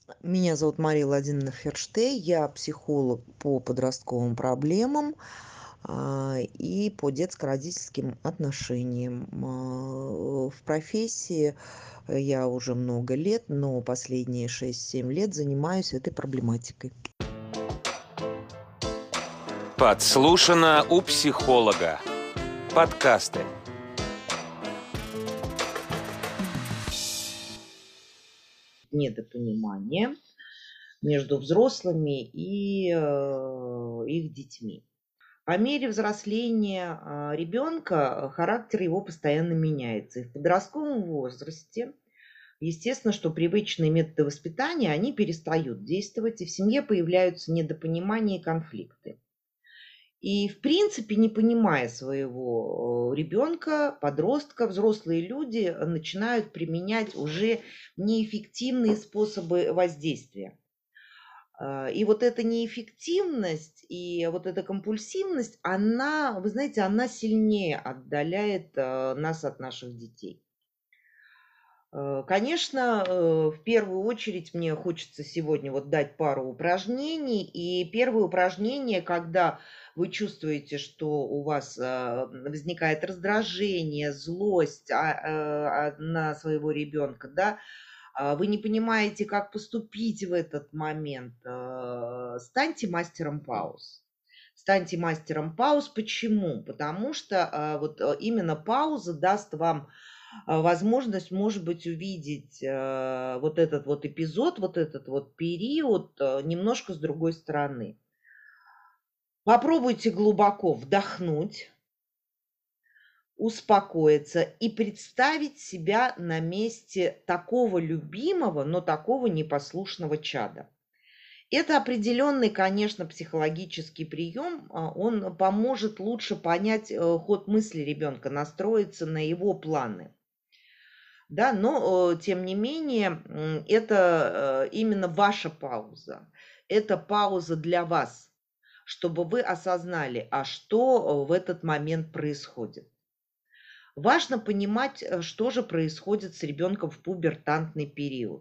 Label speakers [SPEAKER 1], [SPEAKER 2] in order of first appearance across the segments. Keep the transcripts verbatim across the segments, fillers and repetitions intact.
[SPEAKER 1] Меня зовут Мария Владимировна Ферштей, я психолог по подростковым проблемам а, и по детско-родительским отношениям. А, В профессии я уже много лет, но последние шесть-семь лет занимаюсь этой проблематикой.
[SPEAKER 2] Подслушано у психолога. Подкасты.
[SPEAKER 1] Недопонимание между взрослыми и э, их детьми. По мере взросления а, ребенка характер его постоянно меняется. И в подростковом возрасте, естественно, что привычные методы воспитания, они перестают действовать, и в семье появляются недопонимания и конфликты. И, в принципе, не понимая своего э, ребенка, подростка, взрослые люди начинают применять уже неэффективные способы воздействия. А, И вот эта неэффективность и вот эта компульсивность, она, вы знаете, она сильнее отдаляет э, нас от наших детей. Э, Конечно, э, в первую очередь мне хочется сегодня вот дать пару упражнений. И первое упражнение, когда вы чувствуете, что у вас э, возникает раздражение, злость а, э, а, на своего ребенка, да, а, вы не понимаете, как поступить в этот момент, э, станьте мастером пауз. Станьте мастером пауз. Почему? Потому что а, вот э, именно пауза даст вам а, возможность, может быть, увидеть э, вот этот вот эпизод, вот этот вот период э, немножко с другой стороны. Попробуйте глубоко вдохнуть, успокоиться и представить себя на месте такого любимого, но такого непослушного чада. Это определенный, конечно, психологический прием. а, Он поможет лучше понять э, ход мысли ребенка, настроиться на его планы. Да, но э, тем не менее, м, это э, именно ваша пауза. Это пауза для вас, чтобы вы осознали, а что э, в этот момент происходит. Важно понимать, э, что же происходит с ребенком в пубертантный период.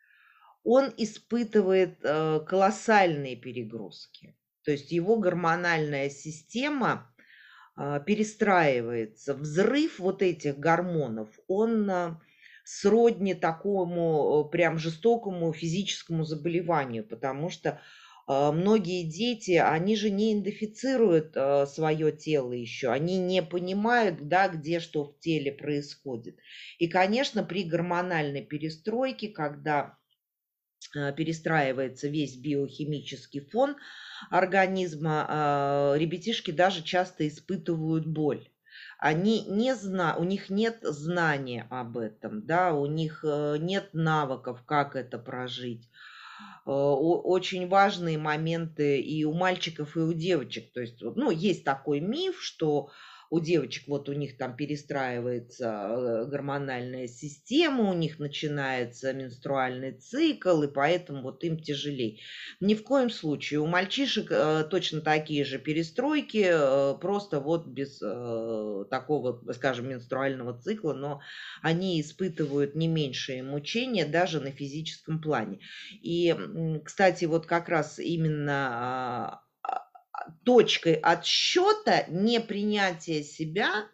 [SPEAKER 1] Он испытывает э, колоссальные перегрузки. То есть его гормональная система а, перестраивается. Взрыв вот этих гормонов, он а, сродни такому э, прям жестокому физическому заболеванию, потому что а, многие дети, они же не идентифицируют свое тело еще, они не понимают, да, где что в теле происходит. И, конечно, при гормональной перестройке, когда а, перестраивается весь биохимический фон организма, а, ребятишки даже часто испытывают боль. Они не зна у них нет знания об этом, да, у них э, нет навыков, как это прожить. Э, о- Очень важные моменты и у мальчиков, и у девочек. То есть, вот, ну, есть такой миф, что у девочек вот у них там перестраивается э, гормональная система, у них начинается менструальный цикл, и поэтому вот им тяжелее. Ни в коем случае. У мальчишек э, точно такие же перестройки, э, просто вот без э, такого, скажем, менструального цикла, но они испытывают не меньшие мучения даже на физическом плане. И, м, кстати, вот как раз именно а, а, точкой отсчета непринятия себя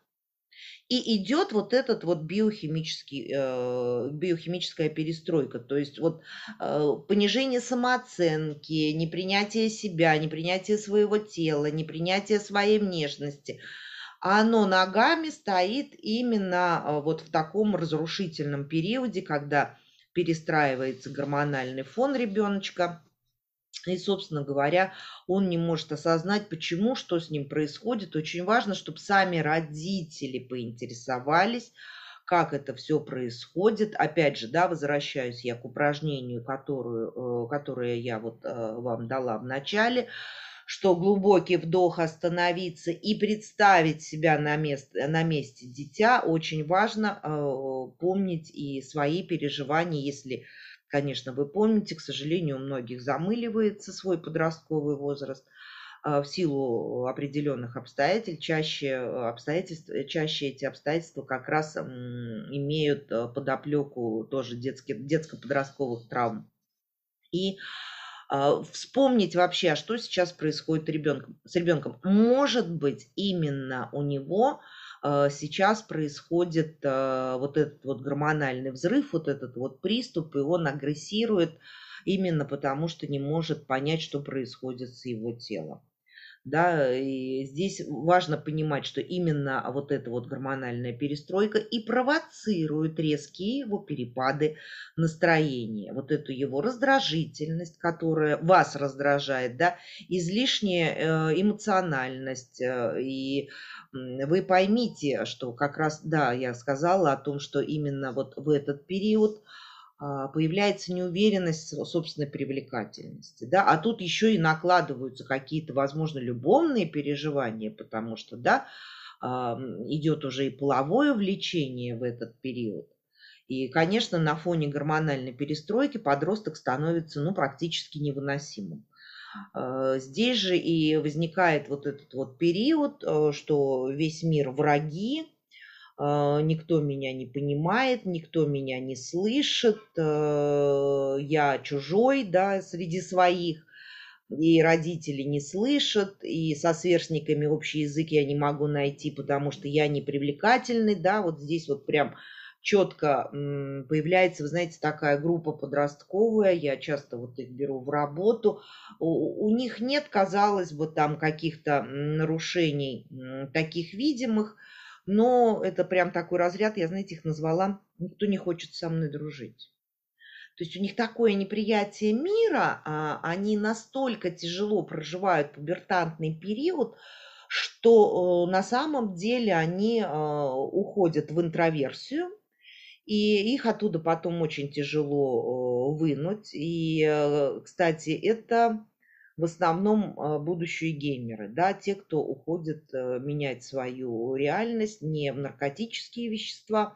[SPEAKER 1] и идет вот этот вот биохимический, э, биохимическая перестройка. То есть вот э, понижение самооценки, непринятие себя, непринятие своего тела, непринятие своей внешности. А оно ногами стоит именно э, вот в таком разрушительном периоде, когда перестраивается гормональный фон ребеночка. И, собственно говоря, он не может осознать, почему, что с ним происходит. Очень важно, чтобы сами родители поинтересовались, как это все происходит. Опять же, да, возвращаюсь я к упражнению, которую, э, которое я вот э, вам дала в начале, что глубокий вдох, остановиться и представить себя на, место, на месте дитя. Очень важно э, помнить и свои переживания, если, конечно, вы помните, к сожалению, у многих замыливается свой подростковый возраст а, в силу определенных обстоятельств. Чаще, э, обстоятельств, э, чаще эти обстоятельства как раз м, имеют э, подоплеку тоже детских, детско-подростковых травм. И а, вспомнить вообще, а что сейчас происходит ребенком, с ребенком. Может быть, именно у него а, сейчас происходит а, вот этот вот гормональный взрыв, вот этот вот приступ, и он агрессирует именно потому, что не может понять, что происходит с его телом. Да, и здесь важно понимать, что именно вот эта вот гормональная перестройка и провоцирует резкие его перепады настроения, вот эту его раздражительность, которая вас раздражает, да, излишняя э, эмоциональность. э, И м, вы поймите, что как раз, да, я сказала о том, что именно вот в этот период а, появляется неуверенность в собственной привлекательности, да, а тут еще и накладываются какие-то, возможно, любовные переживания, потому что, да, ам, идет уже и половое влечение в этот период. И, конечно, на фоне гормональной перестройки подросток становится, ну, практически невыносимым. А, Здесь же и возникает вот этот вот период, э, что весь мир враги, а, никто меня не понимает, никто меня не слышит, э, я чужой, да, среди своих, и родители не слышат, и со сверстниками общий язык я не могу найти, потому что я не привлекательный, да, вот здесь вот прям четко появляется, вы знаете, такая группа подростковая, я часто вот их беру в работу, у, у них нет, казалось бы, там каких-то м, нарушений м, таких видимых, но это прям такой разряд, я, знаете, их назвала «никто не хочет со мной дружить». То есть у них такое неприятие мира, а, они настолько тяжело проживают пубертантный период, что э, на самом деле они э, уходят в интроверсию, и их оттуда потом очень тяжело э, вынуть. И, э, кстати, это в основном э, будущие геймеры, да, те, кто уходит э, менять свою реальность не в наркотические вещества,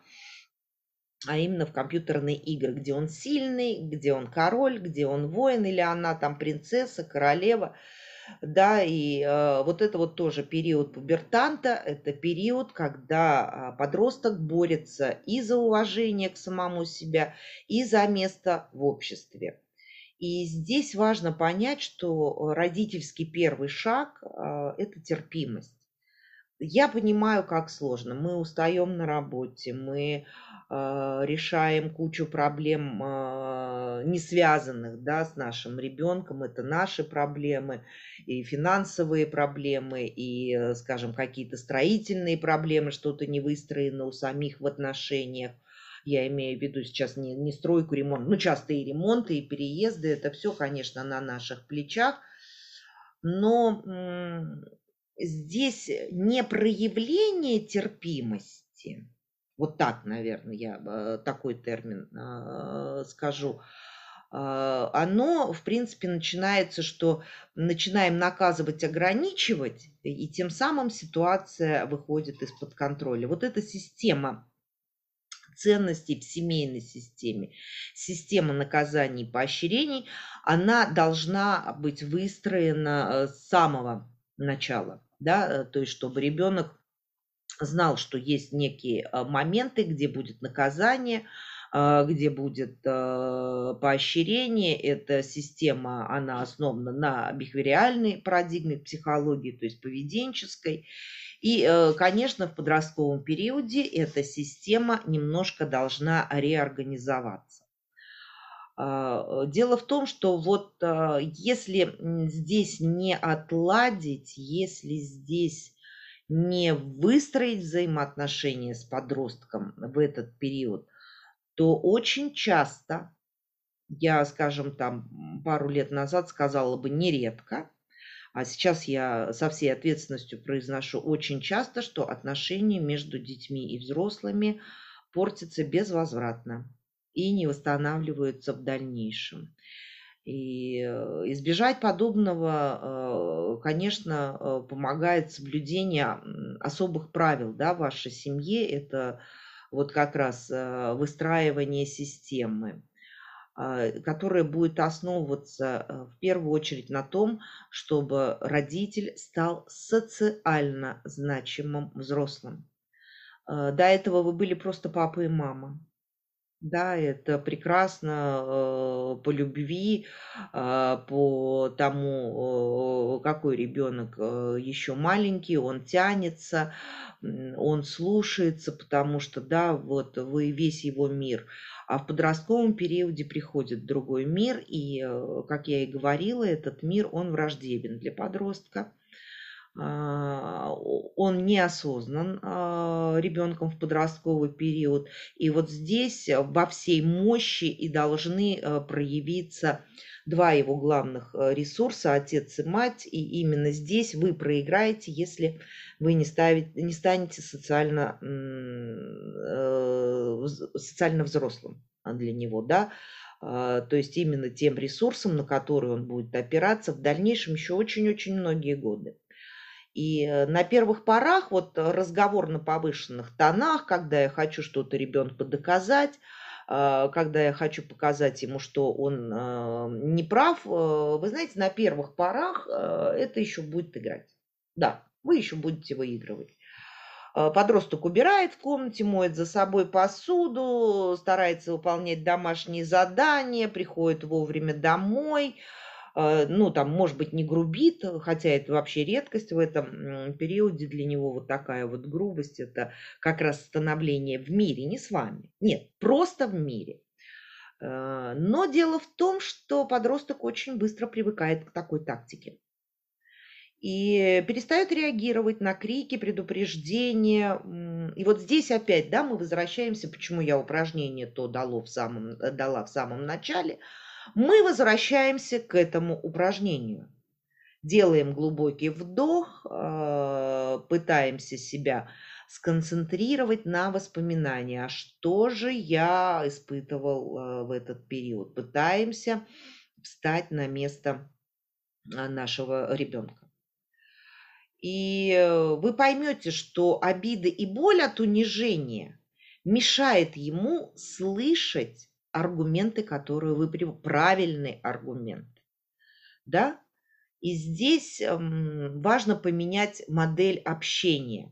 [SPEAKER 1] а именно в компьютерные игры, где он сильный, где он король, где он воин или она там принцесса, королева. Да, и э, вот это вот тоже период пубертанта, это период, когда а, подросток борется и за уважение к самому себя, и за место в обществе. И здесь важно понять, что родительский первый шаг а, это терпимость. Я понимаю, как сложно. Мы устаем на работе, мы а, решаем кучу проблем, а, не связанных, да, с нашим ребенком. Это наши проблемы, и финансовые проблемы, и, э, скажем, какие-то строительные проблемы, что-то не выстроено у самих в отношениях. Я имею в виду сейчас не, не стройку, ремонт, ну, часто и ремонты, и переезды, это все, конечно, на наших плечах. Но м, здесь не проявление терпимости, вот так, наверное, я э, такой термин а, скажу, а, оно, в принципе, начинается, что начинаем наказывать, ограничивать, и тем самым ситуация выходит из-под контроля. Вот эта система ценностей в семейной системе, система наказаний и поощрений, она должна быть выстроена э, с самого начала, да, э, то есть чтобы ребенок знал, что есть некие э, моменты, где будет наказание, а, где будет э, поощрение. Эта система, она основана на бихевиоральной парадигме психологии, то есть поведенческой. И, э, конечно, в подростковом периоде эта система немножко должна реорганизоваться. А, э, Дело в том, что вот а, если м, здесь не отладить, если здесь не выстроить взаимоотношения с подростком в этот период, то очень часто, я, скажем, там м, пару лет назад сказала бы нередко, а сейчас я со всей ответственностью произношу очень часто, что отношения между детьми и взрослыми портятся безвозвратно и не восстанавливаются в дальнейшем. И э, избежать подобного, э, конечно, э, помогает соблюдение м, особых правил, да, в вашей семье. Это вот как раз э, выстраивание системы, а, которая будет основываться э, в первую очередь на том, чтобы родитель стал социально значимым взрослым. Э, До этого вы были просто папа и мама. Да, это прекрасно, э, по любви, а, по тому, э, какой ребенок э, еще маленький, он тянется, м, он слушается, потому что, да, вот вы весь его мир. А в подростковом периоде приходит другой мир, и, э, как я и говорила, этот мир, он враждебен для подростка. А, о он не осознан, а, ребенком в подростковый период. И вот здесь э, во всей мощи и должны, э, проявиться два его главных, э, ресурса: отец и мать. И именно здесь вы проиграете, если вы не ставите не станете социально, м, э, вз социально взрослым, а, для него, да. А, то есть именно тем ресурсом, на который он будет опираться в дальнейшем еще очень-очень многие годы. И, э, на первых порах вот, э, разговор на повышенных тонах, когда я хочу что-то ребенку доказать, а, когда я хочу показать ему, что он, а, не прав, э, вы знаете, на первых порах, э, это еще будет играть. Да, вы еще будете выигрывать. А, подросток убирает в комнате, моет за собой посуду, старается выполнять домашние задания, приходит вовремя домой. Э, ну, там, может быть, не грубит, э, хотя это вообще редкость в этом, м, периоде для него. Вот такая вот грубость — это как раз становление в мире, не с вами. Нет, просто в мире. Э, но дело в том, что подросток очень быстро привыкает к такой тактике и перестает реагировать на крики, предупреждения. М, и вот здесь опять, да, мы возвращаемся, почему я упражнение то дало в самом э, дала в самом начале. Мы возвращаемся к этому упражнению. Делаем глубокий вдох, а, пытаемся себя сконцентрировать на воспоминания. А что же я испытывал, а, в этот период? Пытаемся встать на место, а, нашего ребенка. И, э, вы поймете, что обида и боль от унижения мешает ему слышать аргументы, которые вы прив правильный аргумент, да? И здесь, м, важно поменять модель общения.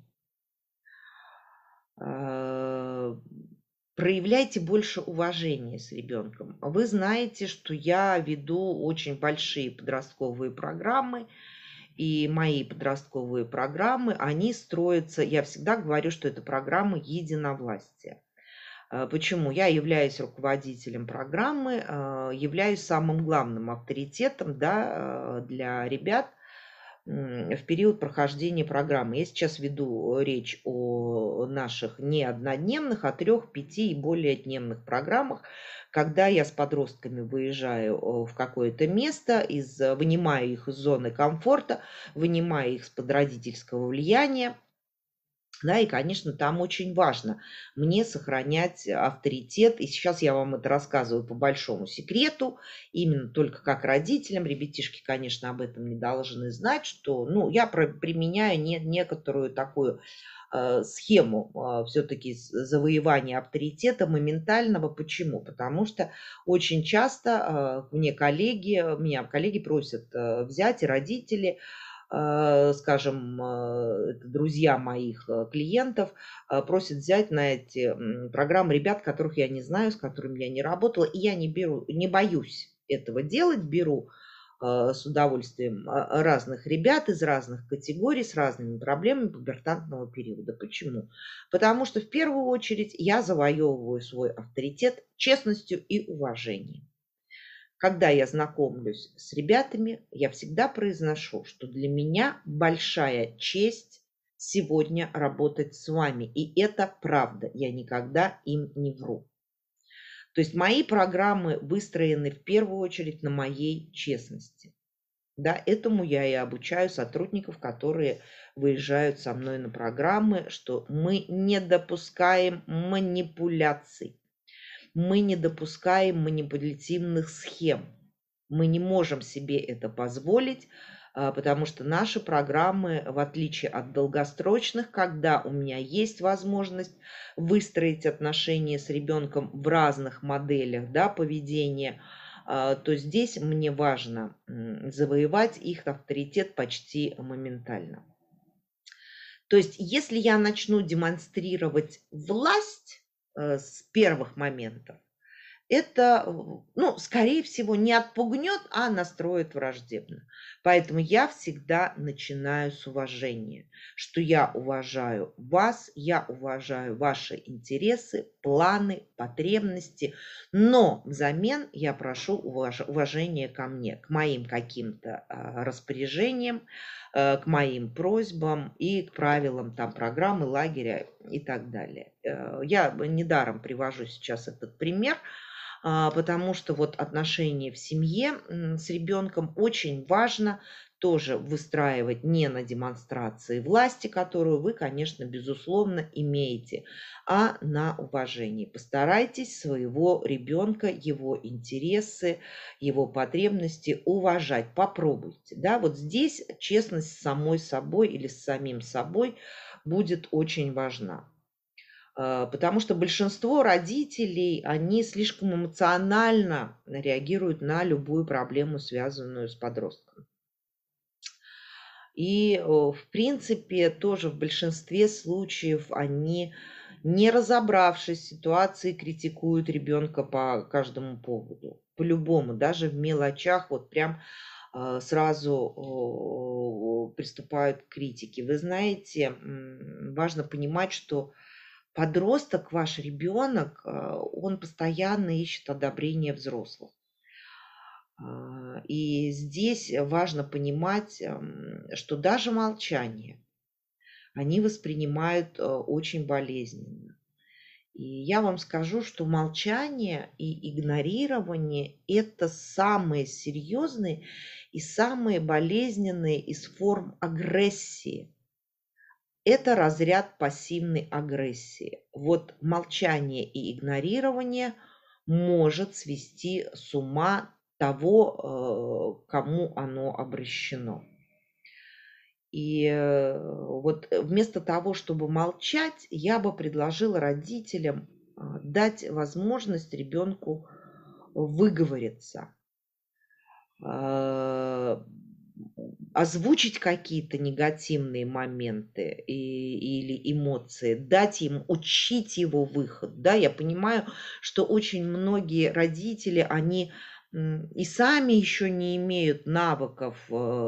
[SPEAKER 1] А, проявляйте больше уважения с ребенком. Вы знаете, что я веду очень большие подростковые программы, и мои подростковые программы, они строятся, я всегда говорю, что это программа единовластия. А, почему? Я являюсь руководителем программы, а, являюсь самым главным авторитетом, да, а, для ребят, м, в период прохождения программы. Я сейчас веду речь о наших не однодневных, а трех, пяти и более дневных программах, когда я с подростками выезжаю э, в какое-то место, из, вынимаю их из зоны комфорта, вынимаю их из-под родительского влияния. Да, и, конечно, там очень важно мне сохранять авторитет. И сейчас я вам это рассказываю по большому секрету, именно только как родителям. Ребятишки, конечно, об этом не должны знать, что, ну, я про- применяю не, некоторую такую э, схему все-таки завоевания авторитета моментального. Почему? Потому что очень часто э, мне коллеги, меня коллеги просят э, взять, и родители, э, скажем, э, это друзья моих э, клиентов, э, просят взять на эти м, программы ребят, которых я не знаю, с которыми я не работала, и я не беру, не боюсь этого делать, беру э, с удовольствием а, разных ребят из разных категорий с разными проблемами пубертатного периода. Почему? Потому что в первую очередь я завоевываю свой авторитет честностью и уважением. Когда я знакомлюсь с ребятами, я всегда произношу, что для меня большая честь сегодня работать с вами. И это правда, я никогда им не вру. То есть мои программы выстроены в первую очередь на моей честности. Да, этому я и обучаю сотрудников, которые выезжают со мной на программы, что мы не допускаем манипуляций. Мы не допускаем манипулятивных схем. Мы не можем себе это позволить, а, потому что наши программы, в отличие от долгосрочных, когда у меня есть возможность выстроить отношения с ребенком в разных моделях, да, поведения, а, то здесь мне важно м, завоевать их авторитет почти моментально. То есть, если я начну демонстрировать власть, э, с первых моментов, это, э, ну, скорее всего, не отпугнет, а настроит враждебно. Поэтому я всегда начинаю с уважения, что я уважаю вас, я уважаю ваши интересы, планы, потребности, но взамен я прошу уваж- уважения ко мне, к моим каким-то а, распоряжениям, э, к моим просьбам и к правилам там программы, лагеря и так далее. Э, Я недаром привожу сейчас этот пример, а, потому что вот отношения в семье м, с ребенком очень важно тоже выстраивать не на демонстрации власти, которую вы, конечно, безусловно имеете, а на уважении. Постарайтесь своего ребенка, его интересы, его потребности уважать. Попробуйте. Да? Вот здесь честность с самой собой или с самим собой будет очень важна. А, Потому что большинство родителей, они слишком эмоционально реагируют на любую проблему, связанную с подростком. И, э, в принципе, тоже в большинстве случаев они, не разобравшись в ситуации, критикуют ребенка по каждому поводу. По-любому, даже в мелочах, вот прям а, сразу о, приступают к критике. Вы знаете, м, важно понимать, что подросток, ваш ребенок, а, он постоянно ищет одобрение взрослых. А, И здесь важно понимать, ам, что даже молчание они воспринимают а, очень болезненно. И я вам скажу, что молчание и игнорирование – это самые серьезные и самые болезненные из форм агрессии. Это разряд пассивной агрессии. Вот молчание и игнорирование может свести с ума того, э, кому оно обращено. И э, вот вместо того, чтобы молчать, я бы предложила родителям а, дать возможность ребенку выговориться, а, озвучить какие-то негативные моменты и, или эмоции, дать им, учить его выход. Да, я понимаю, что очень многие родители, они м, и сами еще не имеют навыков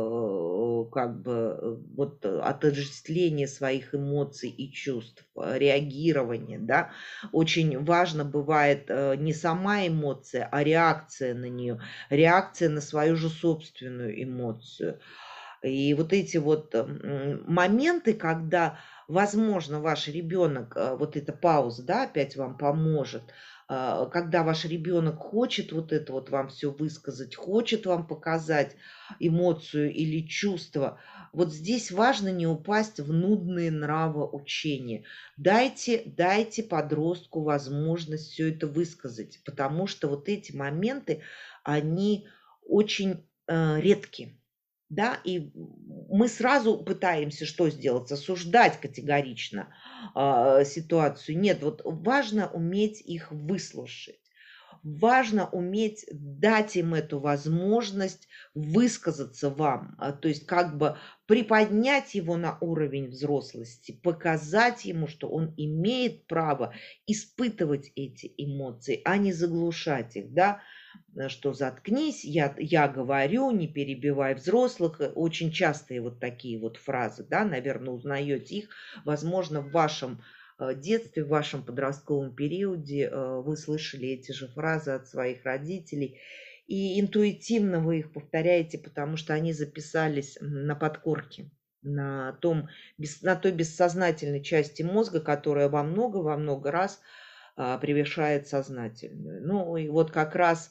[SPEAKER 1] э, как бы э, вот э, отождествления своих эмоций и чувств, э, реагирования, да. Очень важно бывает э, не сама эмоция, а реакция на нее, реакция на свою же собственную эмоцию. И вот эти вот м, моменты, когда, возможно, ваш ребенок, э, вот эта пауза, да, опять вам поможет, а, когда ваш ребенок хочет вот это вот вам все высказать, хочет вам показать эмоцию или чувство, вот здесь важно не упасть в нудные нравоучения. Дайте, дайте подростку возможность все это высказать, потому что вот эти моменты, они очень э, редкие. Да, и мы сразу пытаемся что сделать? Осуждать категорично а, ситуацию. Нет, вот важно уметь их выслушать. Важно уметь дать им эту возможность высказаться вам, а, то есть как бы приподнять его на уровень взрослости, показать ему, что он имеет право испытывать эти эмоции, а не заглушать их, да, э, что заткнись, я, я говорю, не перебивай взрослых. Э, Очень частые вот такие вот фразы, да, наверное, узнаете их, возможно, в вашем э, детстве, в вашем подростковом периоде э, вы слышали эти же фразы от своих родителей, и интуитивно вы их повторяете, потому что они записались м, на подкорке, на, том, бес- на той бессознательной части мозга, которая во много, во много раз а, превышает сознательную. Ну и вот как раз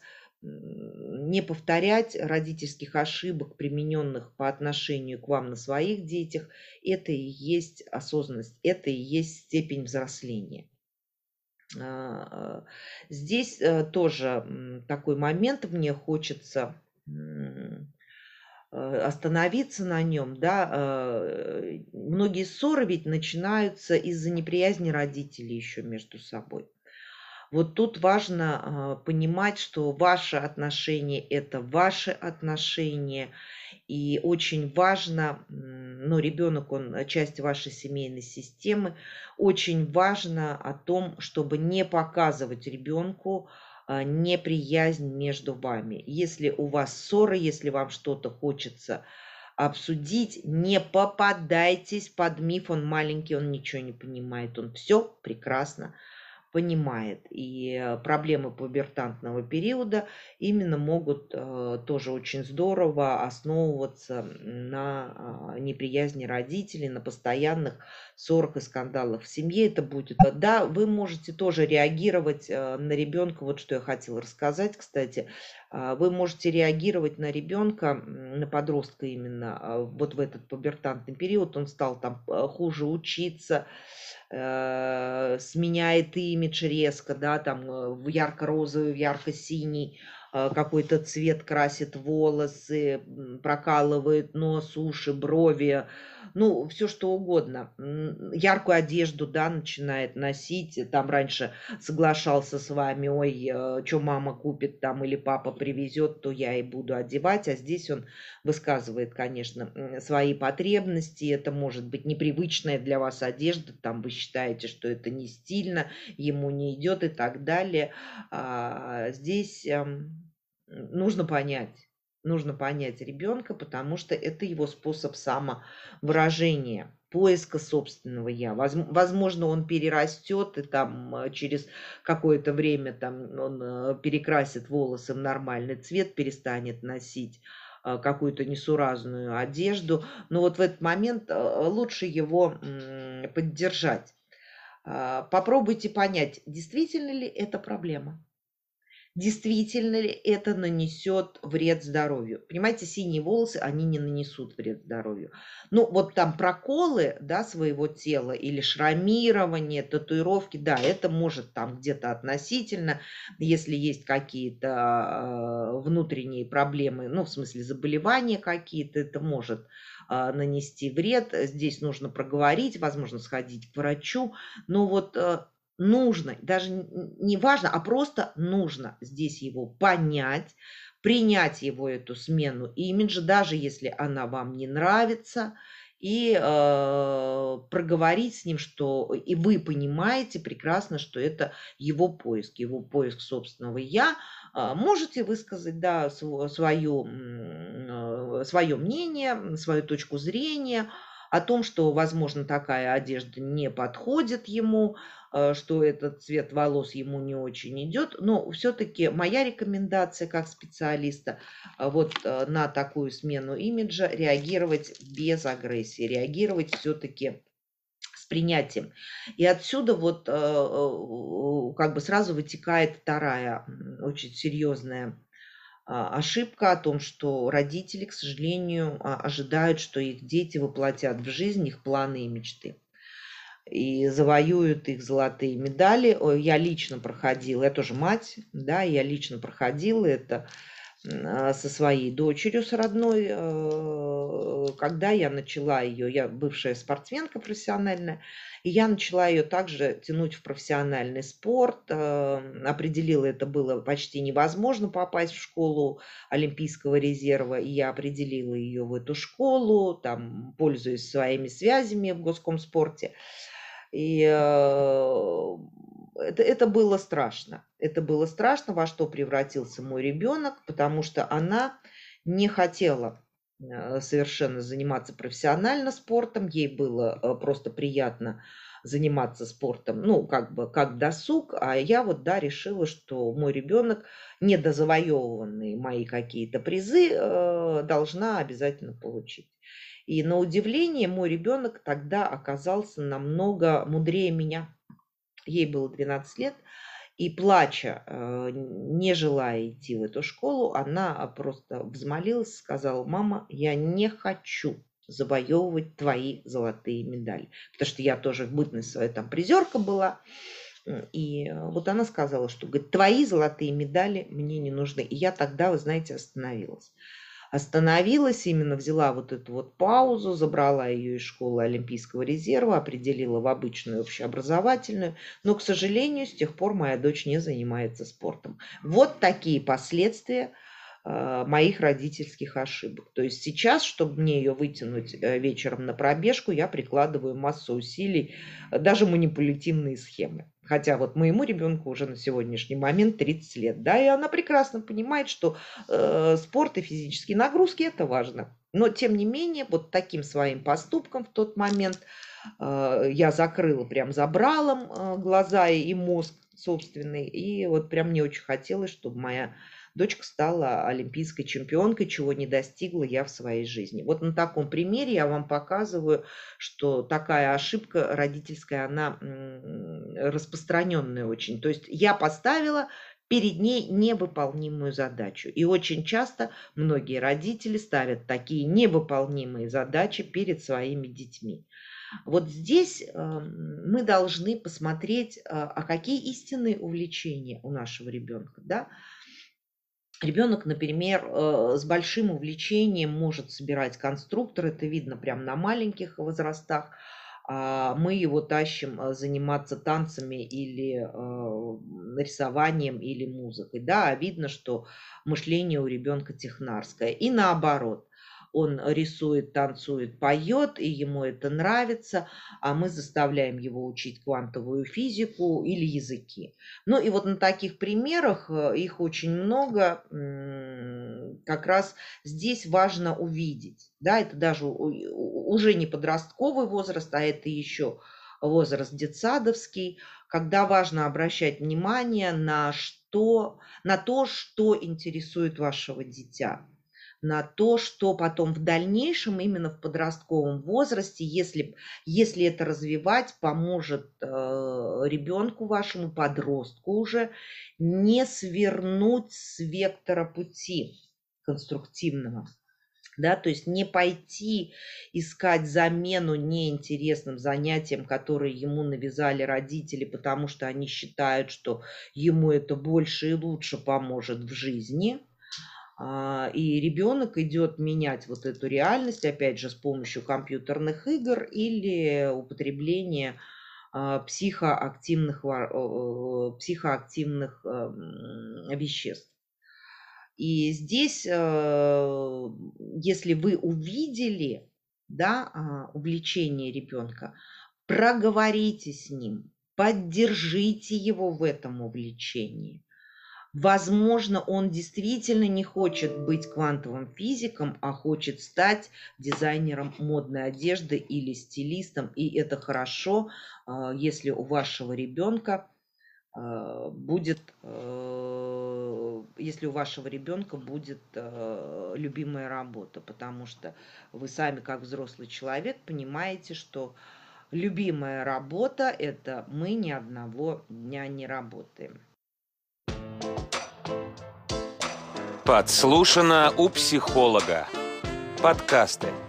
[SPEAKER 1] м, не повторять родительских ошибок, примененных по отношению к вам на своих детях, это и есть осознанность, это и есть степень взросления. А, Здесь э, тоже м, такой момент мне хочется м, э, остановиться на нем, да, э, многие ссоры ведь начинаются из-за неприязни родителей еще между собой. Вот тут важно а, понимать, что ваши отношения – это ваши отношения, И очень важно, ну, ребенок, он часть вашей семейной системы, очень важно о том, чтобы не показывать ребенку а, неприязнь между вами. Если у вас ссоры, если вам что-то хочется обсудить, не попадайтесь под миф, он маленький, он ничего не понимает, он все прекрасно понимает. И э, проблемы пубертантного периода именно могут э, тоже очень здорово основываться на а, неприязни родителей, на постоянных ссорах и скандалах в семье. Это будет. Э, Да, вы можете тоже реагировать э, на ребенка. Вот что я хотела рассказать, кстати. А, Вы можете реагировать на ребенка, м, на подростка именно, а, вот в этот пубертантный период. Он стал там э, хуже учиться, э, сменяет имидж резко, да, там э, в ярко-розовый, в ярко-синий э, какой-то цвет, красит волосы, м, прокалывает нос, уши, брови, ну, все что угодно. М, Яркую одежду, да, начинает носить. Там раньше соглашался с вами, ой, что мама купит там или папа привезет, то я и буду одевать. А здесь он высказывает, конечно, м, свои потребности. Это может быть непривычная для вас одежда, там вы считаете, что это не стильно, ему не идет и так далее. А, Здесь эм, нужно понять, нужно понять ребенка, потому что это его способ самовыражения, поиска собственного я. Возм- Возможно, он перерастет и там э, через какое-то время там он э, перекрасит волосы в нормальный цвет, перестанет носить а, какую-то несуразную одежду. Но вот в этот момент а, лучше его м, поддержать. А, Попробуйте понять, действительно ли это проблема. Действительно ли это нанесет вред здоровью? Понимаете, синие волосы, они не нанесут вред здоровью. Ну, вот там проколы, да, своего тела или шрамирование, татуировки, да, это может там где-то относительно, если есть какие-то а, внутренние проблемы, ну, в смысле заболевания какие-то, это может а, нанести вред. Здесь нужно проговорить, возможно, сходить к врачу. Но вот а, нужно, даже не важно, а просто нужно здесь его понять, принять его эту смену имиджа, даже если она вам не нравится, и э, проговорить с ним, что и вы понимаете прекрасно, что это его поиск, его поиск собственного я. А, Можете высказать, да, сво- свое, м, э, свое мнение, свою точку зрения о том, что, возможно, такая одежда не подходит ему, э, что этот цвет волос ему не очень идет. Но все-таки моя рекомендация как специалиста а, вот э, на такую смену имиджа реагировать без агрессии, реагировать все-таки с принятием. И отсюда вот э, э, как бы сразу вытекает вторая м, очень серьезная а, ошибка о том, что родители, к сожалению, а, ожидают, что их дети воплотят в жизнь их планы и мечты и завоюют их золотые медали. Ой, я лично проходила, я тоже мать, да, я лично проходила это м, а, со своей дочерью, с родной, э, когда я начала ее, я бывшая спортсменка профессиональная, и я начала ее также тянуть в профессиональный спорт. э, Определила, это было почти невозможно попасть в школу Олимпийского резерва, и я определила ее в эту школу, там, пользуясь своими связями в Госкомспорте. И э, это, это было страшно. Это было страшно, во что превратился мой ребенок, потому что она не хотела э, совершенно заниматься профессионально спортом. Ей было э, просто приятно заниматься спортом, ну, как бы, как досуг. А я вот, да, решила, что мой ребенок, недозавоеванные мои какие-то призы, э, должна обязательно получить. И на удивление мой ребенок тогда оказался намного мудрее меня. Ей было двенадцать лет, и плача, э, не желая идти в эту школу, она просто взмолилась, сказала: мама, я не хочу завоевывать твои золотые медали. Потому что я тоже в бытность свою там призерка была. И э, вот она сказала, что, говорит, твои золотые медали мне не нужны. И я тогда, вы знаете, остановилась. Остановилась, именно взяла вот эту вот паузу, забрала ее из школы Олимпийского резерва, определила в обычную общеобразовательную. Но, к сожалению, с тех пор моя дочь не занимается спортом. Вот такие последствия э, моих родительских ошибок. То есть сейчас, чтобы мне ее вытянуть э, вечером на пробежку, я прикладываю массу усилий, э, даже манипулятивные схемы. Хотя вот моему ребенку уже на сегодняшний момент тридцать лет, да, и она прекрасно понимает, что э, спорт и физические нагрузки – это важно. Но, тем не менее, вот таким своим поступком в тот момент э, я закрыла прям забралом э, глаза и мозг собственный. И вот прям мне очень хотелось, чтобы моя дочка стала олимпийской чемпионкой, чего не достигла я в своей жизни. Вот на таком примере я вам показываю, что такая ошибка родительская, она м, распространенная очень. То есть я поставила перед ней невыполнимую задачу. И очень часто многие родители ставят такие невыполнимые задачи перед своими детьми. Вот здесь э, мы должны посмотреть, а, а какие истинные увлечения у нашего ребенка, да? Ребенок, например, э, с большим увлечением может собирать конструктор, это видно прямо на маленьких возрастах. А мы его тащим э, заниматься танцами или э, рисованием или музыкой. Да, а видно, что мышление у ребенка технарское. И наоборот. Он рисует, танцует, поет, и ему это нравится, а мы заставляем его учить квантовую физику или языки. Ну и вот на таких примерах, э, их очень много, м, как раз здесь важно увидеть, да, это даже у- у- уже не подростковый возраст, а это еще возраст детсадовский, когда важно обращать внимание на что, на то, что интересует вашего дитя, на то, что потом в дальнейшем, именно в подростковом возрасте, если, если это развивать, поможет э, ребенку вашему, подростку уже, не свернуть с вектора пути конструктивного. Да, то есть не пойти искать замену неинтересным занятиям, которые ему навязали родители, потому что они считают, что ему это больше и лучше поможет в жизни. А, И ребенок идет менять вот эту реальность, опять же, с помощью компьютерных игр или употребления а, психоактивных, ва- э, э, психоактивных эм, веществ. И здесь, э, если вы увидели, да, а, увлечение ребенка, проговорите с ним, поддержите его в этом увлечении. Возможно, он действительно не хочет быть квантовым физиком, а хочет стать дизайнером модной одежды или стилистом. И это хорошо, а, если у вашего ребенка а, будет, э, если у вашего ребенка будет э, любимая работа, потому что вы сами, как взрослый человек, понимаете, что любимая работа – это мы ни одного дня не работаем.
[SPEAKER 2] Подслушано у психолога. Подкасты.